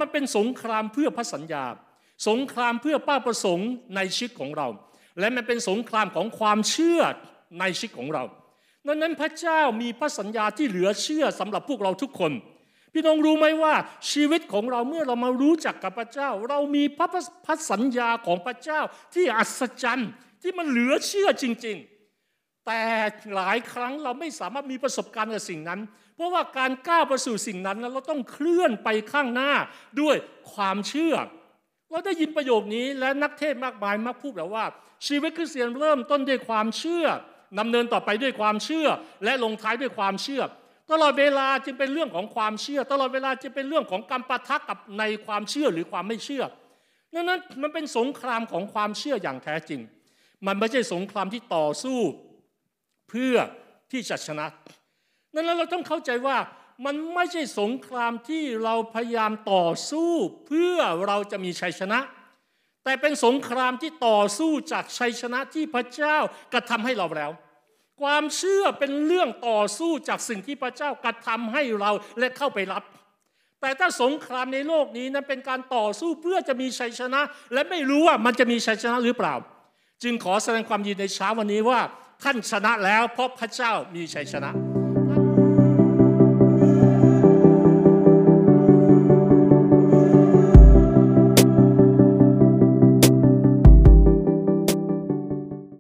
เป็นสงครามเพื่อพระสัญญาสงครามเพื่อเป้าประสงค์ในชีวิตของเราและมันเป็นสงครามของความเชื่อในชีวิตของเราดังนั้นพระเจ้ามีพระสัญญาที่เหลือเชื่อสำหรับพวกเราทุกคนพี่น้องรู้ไหมว่าชีวิตของเราเมื่อเรามารู้จักกับพระเจ้าเรามีพระสัญญาของพระเจ้าที่อัศจรรย์ที่มันเหลือเชื่อจริงๆแต่หลายครั้งเราไม่สามารถมีประสบการณ์กับสิ่งนั้นเพราะว่าการก้าวไปสู่สิ่งนั้นเราต้องเคลื่อนไปข้างหน้าด้วยความเชื่อเราได้ยินประโยคนี้และนักเทศน์มากมายมักพูดแบบว่าชีวิตคริสเตียนเริ่มต้นด้วยความเชื่อดำเนินต่อไปด้วยความเชื่อและลงท้ายด้วยความเชื่อตลอดเวลาจึงเป็นเรื่องของความเชื่อตลอดเวลาจึงเป็นเรื่องของการปะทะกับในความเชื่อหรือความไม่เชื่อดังนั้นมันเป็นสงครามของความเชื่ออย่างแท้จริงมันไม่ใช่สงครามที่ต่อสู้เพื่อที่จะชนะดังนั้นเราต้องเข้าใจว่ามันไม่ใช่สงครามที่เราพยายามต่อสู้เพื่อเราจะมีชัยชนะแต่เป็นสงครามที่ต่อสู้จากชัยชนะที่พระเจ้ากระทำให้เราแล้วความเชื่อเป็นเรื่องต่อสู้จากสิ่งที่พระเจ้ากระทำให้เราและเข้าไปรับแต่ถ้าสงครามในโลกนี้นั้นเป็นการต่อสู้เพื่อจะมีชัยชนะและไม่รู้ว่ามันจะมีชัยชนะหรือเปล่าจึงขอแสดงความยินดีในเช้าวันนี้ว่าท่านชนะแล้วเพราะพระเจ้ามีชัยชนะ